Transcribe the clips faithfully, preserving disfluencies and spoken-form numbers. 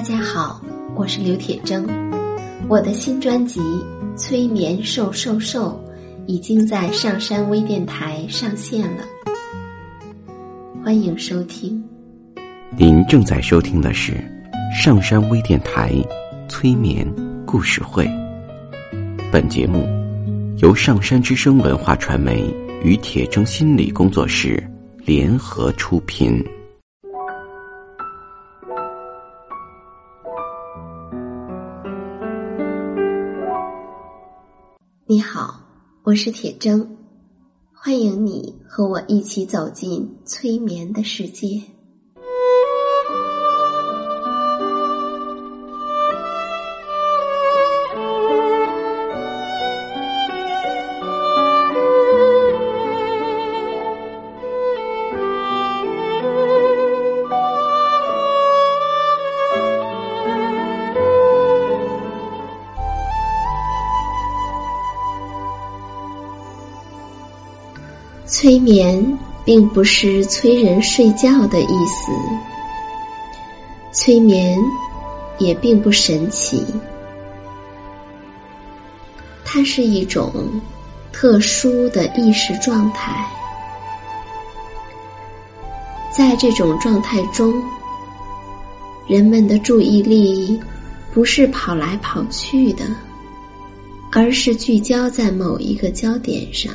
家好，我是刘铁铮。我的新专辑《催眠瘦瘦瘦》已经在上山微电台上线了，欢迎收听。 您正在收听的是上山微电台催眠故事会。本节目由上山之声文化传媒与铁铮心理工作室联合出品。 你好，我是铁铮，欢迎你和我一起走进催眠的世界。催眠并不是催人睡觉的意思，催眠也并不神奇，它是一种特殊的意识状态。在这种状态中，人们的注意力不是跑来跑去的，而是聚焦在某一个焦点上。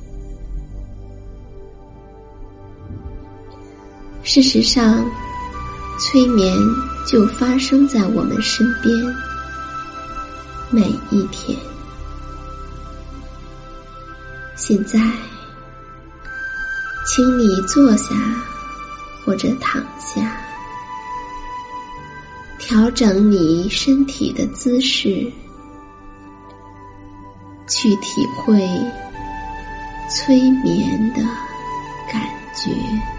事实上，催眠就发生在我们身边，每一天。现在，请你坐下或者躺下，调整你身体的姿势，去体会催眠的感觉。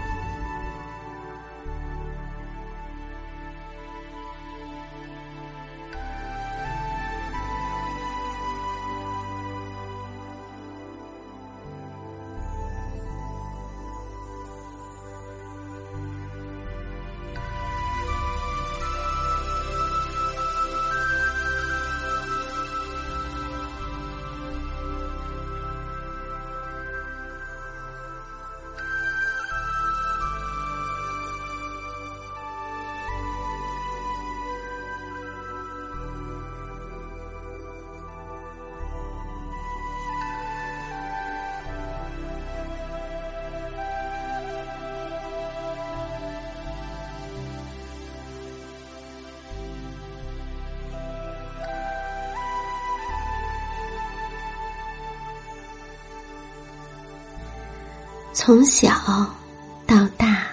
从小到大，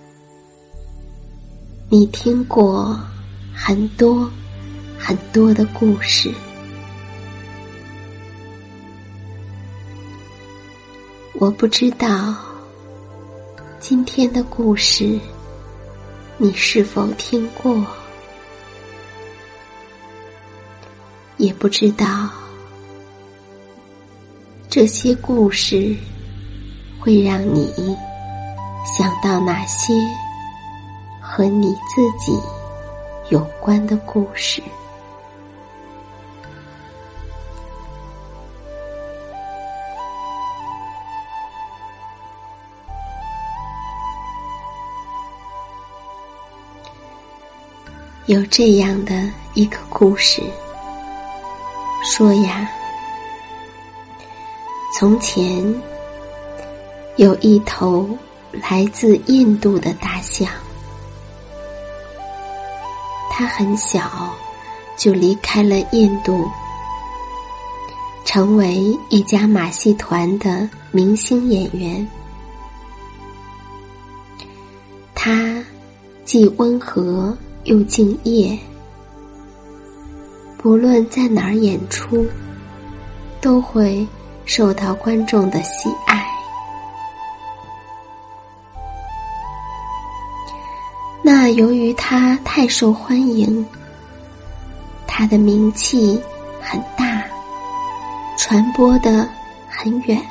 你听过很多很多的故事。我不知道今天的故事你是否听过，也不知道这些故事会让你想到哪些和你自己有关的故事。有这样的一个故事，说呀，从前有一头来自印度的大象，它很小就离开了印度，成为一家马戏团的明星演员。它既温和又敬业，不论在哪儿演出，都会受到观众的喜爱。那由于他太受欢迎，他的名气很大，传播得很远，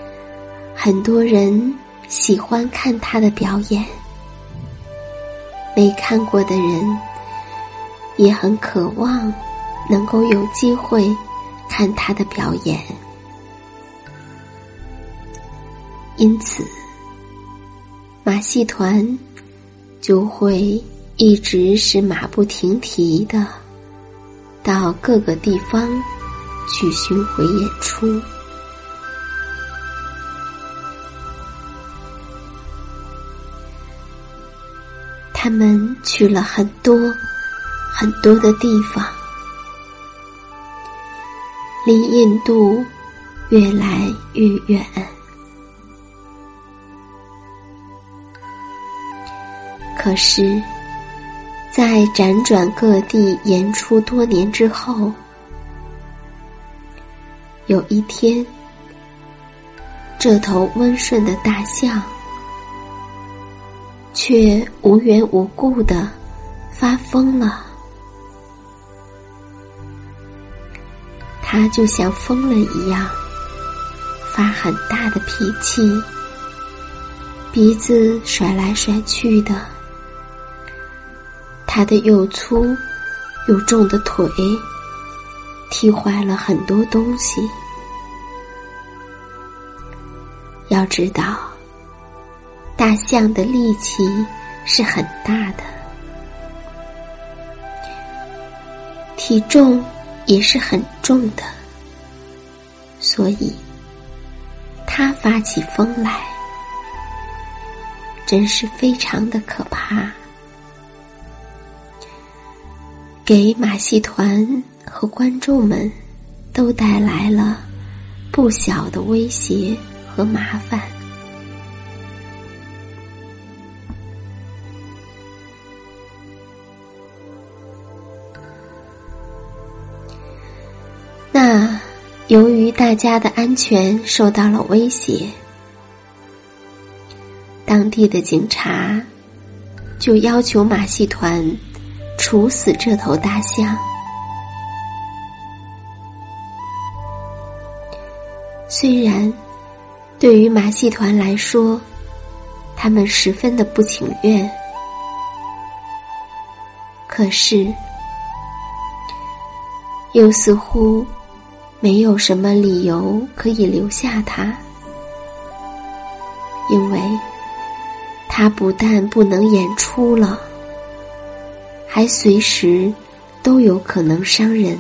很多人喜欢看他的表演。 没看过的人也很渴望能够有机会看他的表演，因此马戏团就会一直是马不停蹄的到各个地方去巡回演出。他们去了很多很多的地方，离印度越来越远。可是，在辗转各地演出多年之后，有一天，这头温顺的大象却无缘无故地发疯了。它就像疯了一样，发很大的脾气，鼻子甩来甩去的。它的又粗又重的腿踢坏了很多东西。要知道，大象的力气是很大的，体重也是很重的，所以它发起疯来，真是非常的可怕，给马戏团和观众们都带来了不小的威胁和麻烦。那由于大家的安全受到了威胁，当地的警察就要求马戏团处死这头大象。虽然对于马戏团来说，他们十分的不情愿，可是又似乎没有什么理由可以留下他，因为他不但不能演出了，还随时都有可能伤人。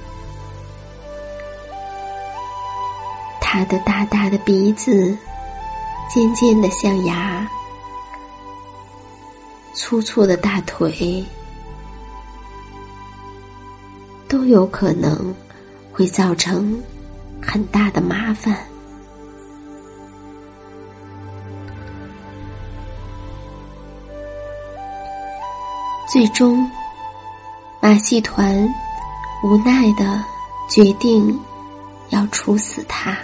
他的大大的鼻子，尖尖的象牙，粗粗的大腿，都有可能会造成很大的麻烦。最终，马戏团无奈地决定要处死他。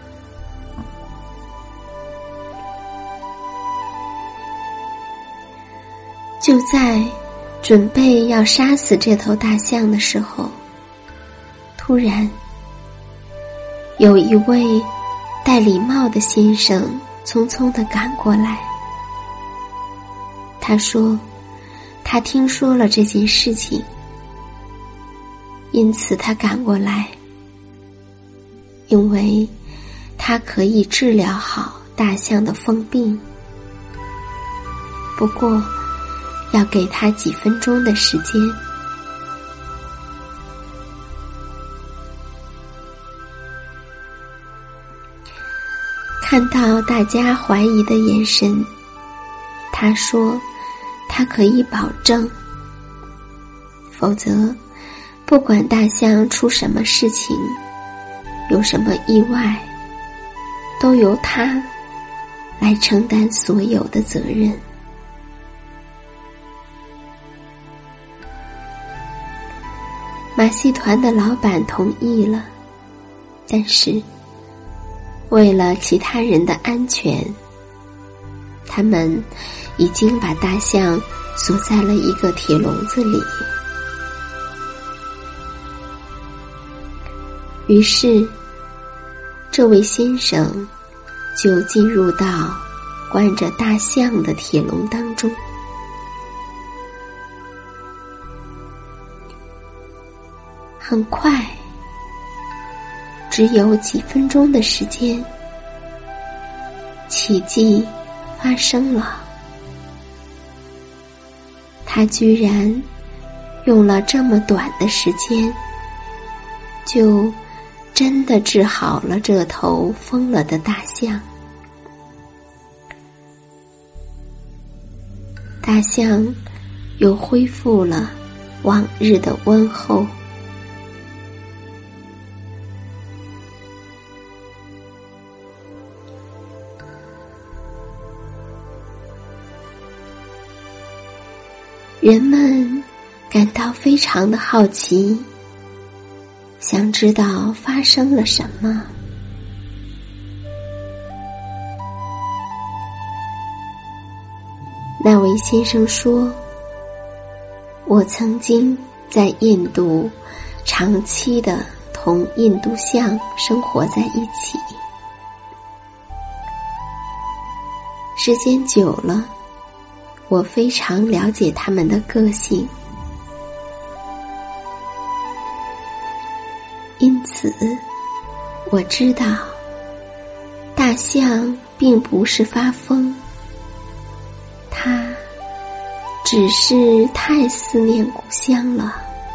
就在准备要杀死这头大象的时候，突然有一位戴礼帽的先生匆匆地赶过来。他说他听说了这件事情，因此他赶过来，因为他可以治疗好大象的疯病，不过要给他几分钟的时间。看到大家怀疑的眼神，他说他可以保证，否则不管大象出什么事情，有什么意外，都由他来承担所有的责任。马戏团的老板同意了，但是为了其他人的安全，他们已经把大象锁在了一个铁笼子里。于是这位先生就进入到关着大象的铁笼当中。 很快，只有几分钟的时间，奇迹发生了。他居然用了这么短的时间，就真的治好了这头疯了的大象。大象又恢复了往日的温厚。人们感到非常的好奇，想知道发生了什么。那位先生说，我曾经在印度长期的同印度象生活在一起，时间久了，我非常了解他们的个性，因此我知道大象并不是发疯，它只是太思念故乡了。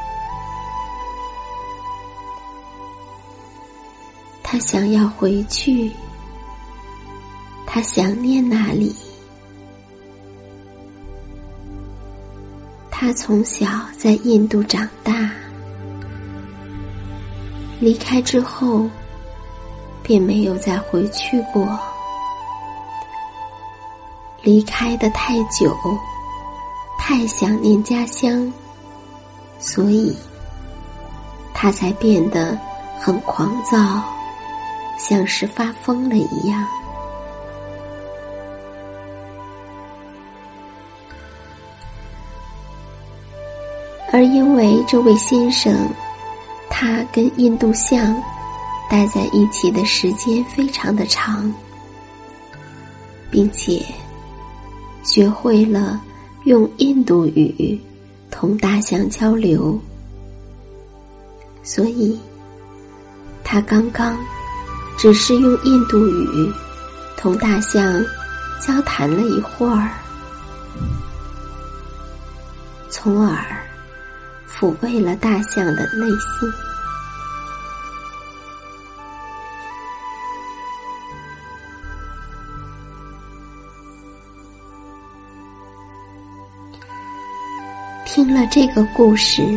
它想要回去，它想念那里。他从小在印度长大，离开之后便没有再回去过。离开得太久，太想念家乡，所以他才变得很狂躁，像是发疯了一样。而因为这位先生，他跟印度象待在一起的时间非常的长，并且学会了用印度语同大象交流，所以他刚刚只是用印度语同大象交谈了一会儿，从而抚慰了大象的内心。听了这个故事，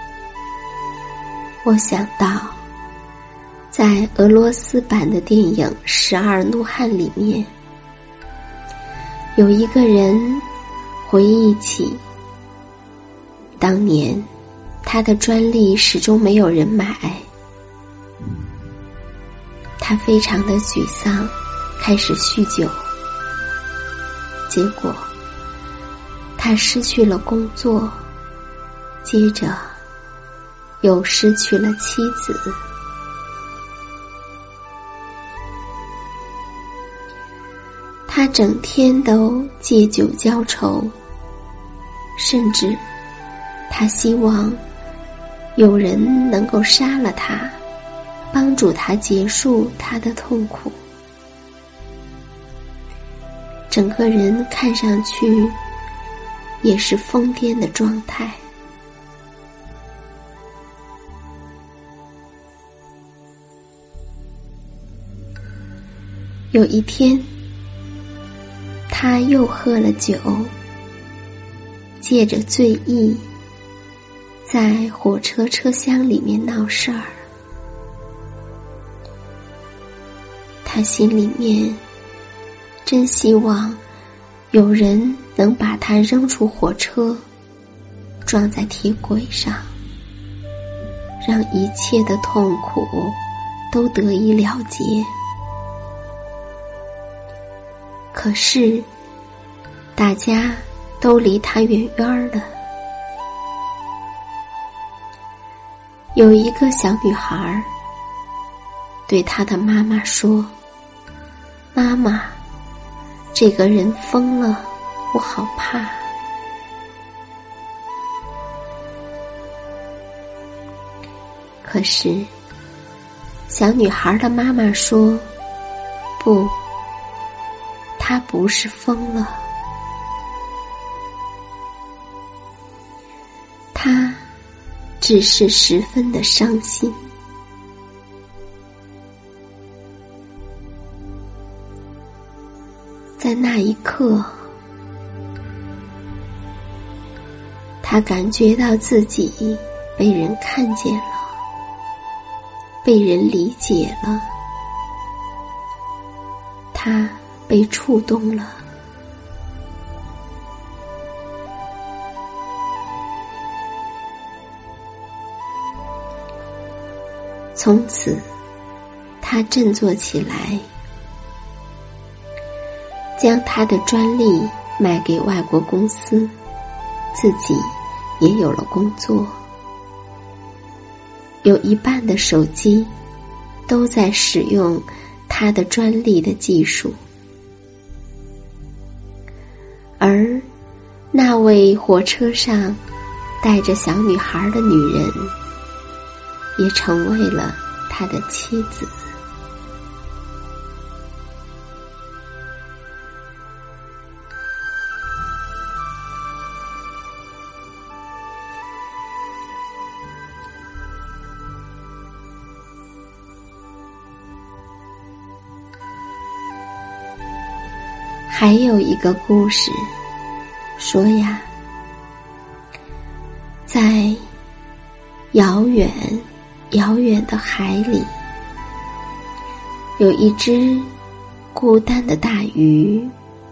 我想到在俄罗斯版的电影《十二怒汉》里面，有一个人回忆起当年他的专利始终没有人买，他非常的沮丧，开始酗酒，结果他失去了工作，接着又失去了妻子。他整天都借酒浇愁，甚至他希望有人能够杀了他，帮助他结束他的痛苦。整个人看上去也是疯癫的状态。有一天，他又喝了酒，借着醉意在火车车厢里面闹事儿。他心里面真希望有人能把他扔出火车，撞在铁轨上，让一切的痛苦都得以了结。可是大家都离他远远的。有一个小女孩对她的妈妈说，妈妈，这个人疯了，我好怕。 可是小女孩的妈妈说，不，她不是疯了，她只是十分的伤心。在那一刻，她感觉到自己被人看见了，被人理解了，她被触动了。从此，她振作起来，将她的专利卖给外国公司，自己也有了工作。有一半的手机都在使用她的专利的技术，而那位火车上带着小女孩的女人也成为了他的妻子。还有一个故事说呀，在遥远遥远的海里，有一只孤单的大鱼，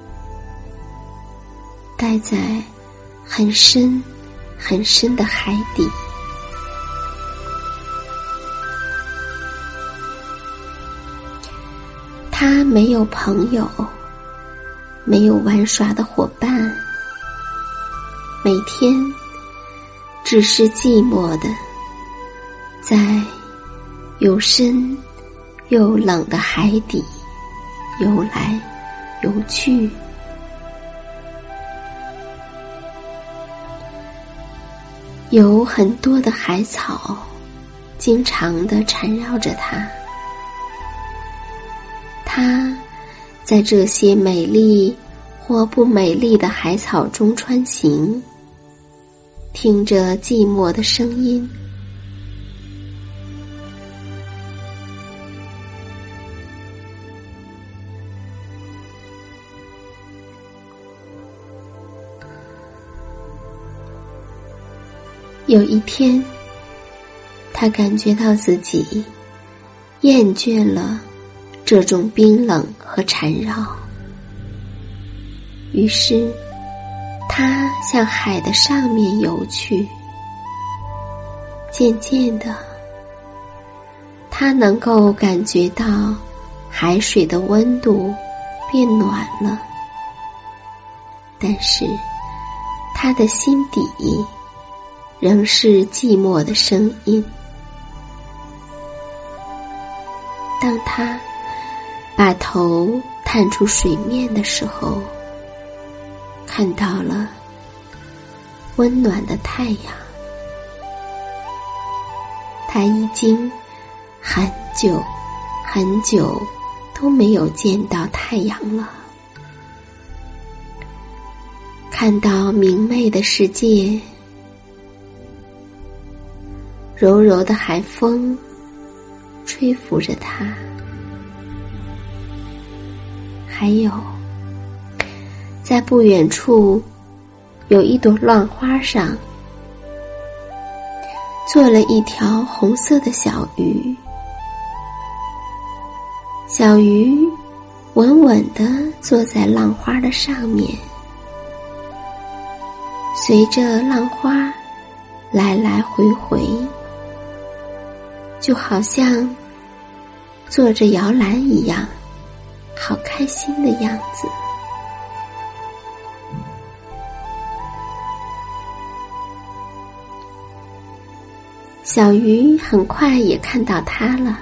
待在很深很深的海底。它没有朋友，没有玩耍的伙伴，每天只是寂寞的在又深又冷的海底游来游去。有很多的海草经常地缠绕着它，它在这些美丽或不美丽的海草中穿行，听着寂寞的声音。有一天，他感觉到自己厌倦了这种冰冷和缠绕，于是他向海的上面游去。渐渐的，他能够感觉到海水的温度变暖了，但是他的心底仍是寂寞的声音。当他把头探出水面的时候，看到了温暖的太阳。他已经很久很久都没有见到太阳了。看到明媚的世界，柔柔的海风吹拂着它，还有在不远处有一朵浪花上做了一条红色的小鱼，小鱼稳稳地坐在浪花的上面，随着浪花来来回回，就好像坐着摇篮一样，好开心的样子。小鱼很快也看到他了，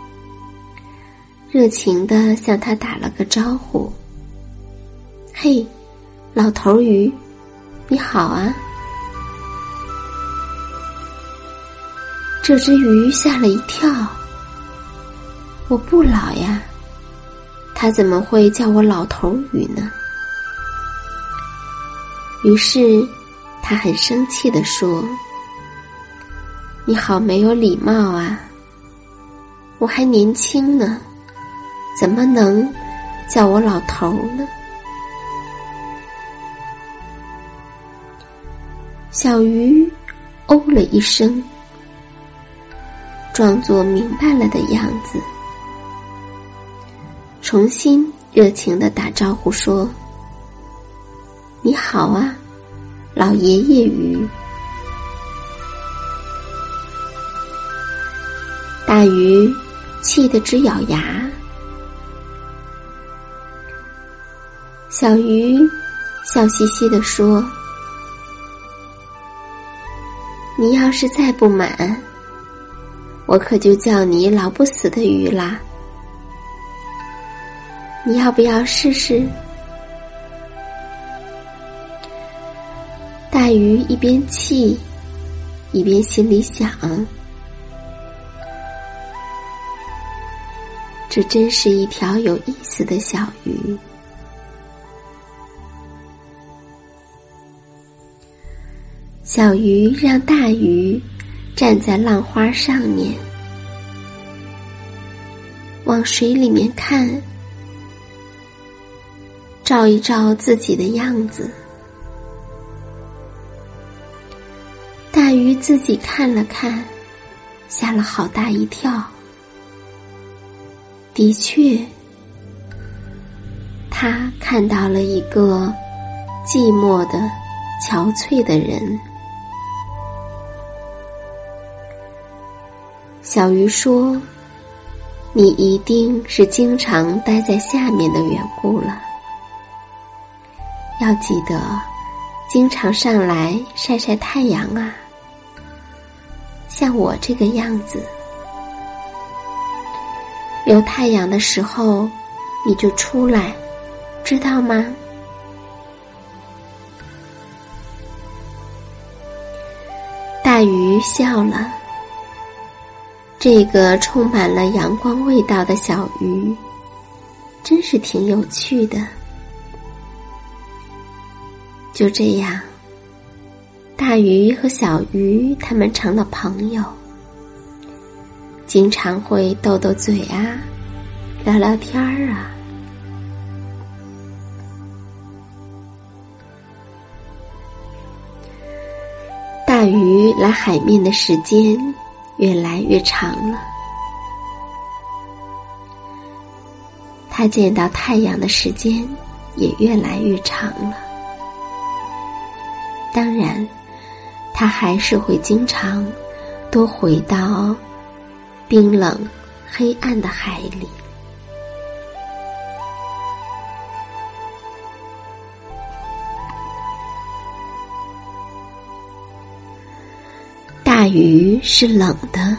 热情地向他打了个招呼：“嘿，老头鱼，你好啊！” 这只鱼吓了一跳，我不老呀，它怎么会叫我老头鱼呢？于是他很生气地说，你好没有礼貌啊，我还年轻呢，怎么能叫我老头呢？小鱼哦了一声，装作明白了的样子，重新热情地打招呼说，你好啊，老爷爷鱼。大鱼气得直咬牙，小鱼笑嘻嘻地说，你要是再不满，我可就叫你老不死的鱼啦，你要不要试试？大鱼一边气一边心里想，这真是一条有意思的小鱼。小鱼让大鱼站在浪花上面，往水里面看，照一照自己的样子。大鱼自己看了看，吓了好大一跳。的确，他看到了一个寂寞的、憔悴的人。小鱼说，你一定是经常待在下面的缘故了，要记得经常上来晒晒太阳啊，像我这个样子，有太阳的时候你就出来，知道吗？大鱼笑了，这个充满了阳光味道的小鱼真是挺有趣的。就这样，大鱼和小鱼他们成了朋友，经常会斗斗嘴啊，聊聊天儿啊。大鱼来海面的时间越来越长了，它见到太阳的时间也越来越长了。当然，它还是会经常多回到冰冷黑暗的海里。大鱼是冷的，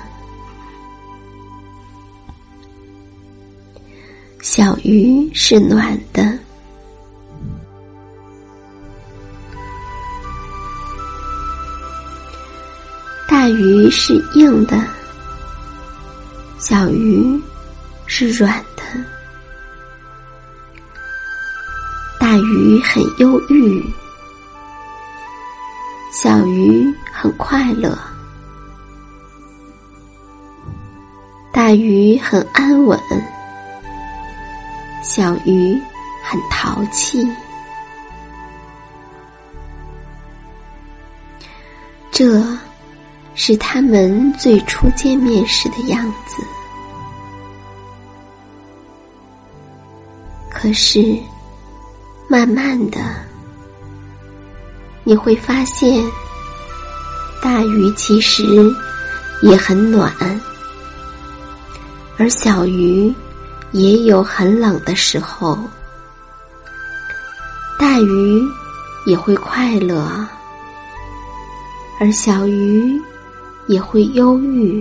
小鱼是暖的。大鱼是硬的，小鱼是软的。大鱼很忧郁，小鱼很快乐。大鱼很安稳，小鱼很淘气。这是他们最初见面时的样子。可是，慢慢的，你会发现，大鱼其实也很暖，而小鱼也有很冷的时候。大鱼也会快乐，而小鱼也会忧郁。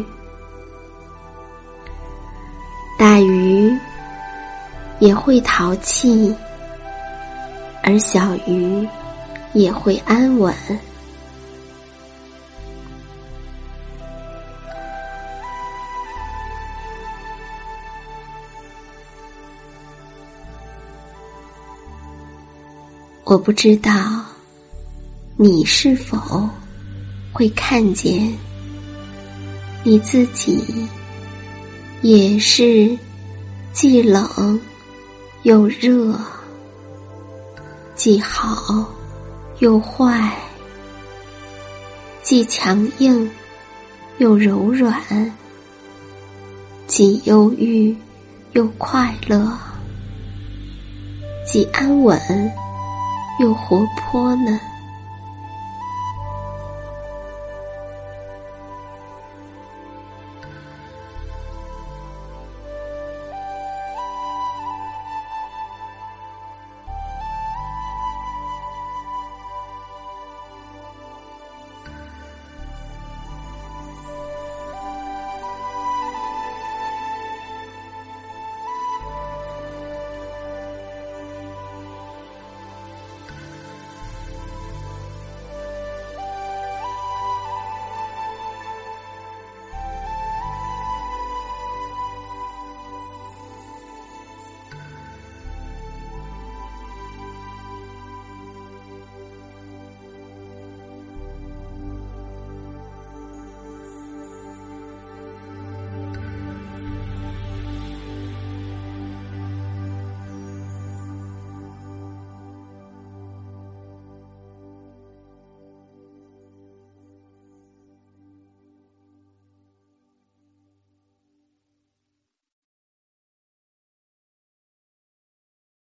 大鱼也会淘气，而小鱼也会安稳。 我不知道你是否会看见你自己也是既冷又热，既好又坏，既强硬又柔软，既忧郁又快乐，既安稳又活泼呢？